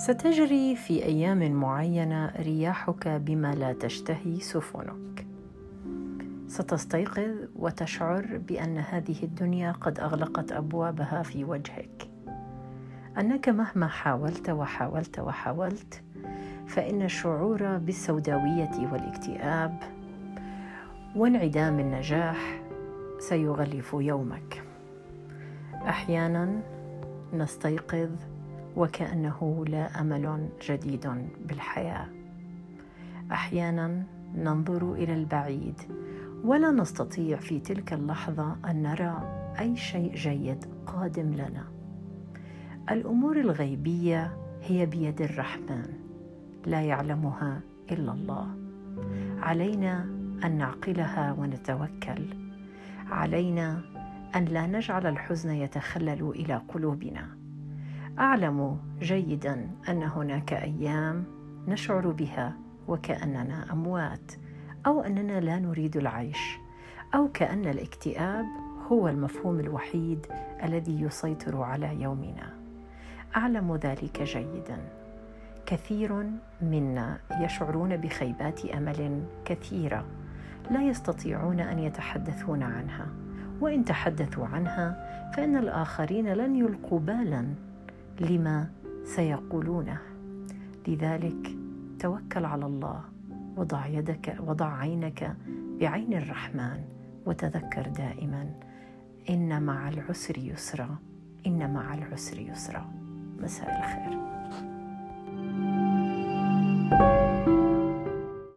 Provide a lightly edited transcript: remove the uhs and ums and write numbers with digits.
ستجري في أيام معينة رياحك بما لا تشتهي سفنك. ستستيقظ وتشعر بأن هذه الدنيا قد أغلقت أبوابها في وجهك، أنك مهما حاولت وحاولت وحاولت فإن الشعور بالسوداوية والاكتئاب وانعدام النجاح سيغلف يومك. أحيانا نستيقظ وكأنه لا أمل جديد بالحياة. أحيانا ننظر إلى البعيد ولا نستطيع في تلك اللحظة أن نرى أي شيء جيد قادم لنا. الأمور الغيبية هي بيد الرحمن، لا يعلمها إلا الله. علينا أن نعقلها ونتوكل. علينا أن لا نجعل الحزن يتخلل إلى قلوبنا. أعلم جيدا أن هناك أيام نشعر بها وكأننا أموات، أو أننا لا نريد العيش، أو كأن الاكتئاب هو المفهوم الوحيد الذي يسيطر على يومنا. أعلم ذلك جيدا. كثير منا يشعرون بخيبات أمل كثيرة لا يستطيعون أن يتحدثون عنها، وإن تحدثوا عنها فإن الآخرين لن يلقوا بالا لما سيقولونه. لذلك توكل على الله، وضع عينك بعين الرحمن، وتذكر دائما إن مع العسر يسرا، إن مع العسر يسرا. مساء الخير.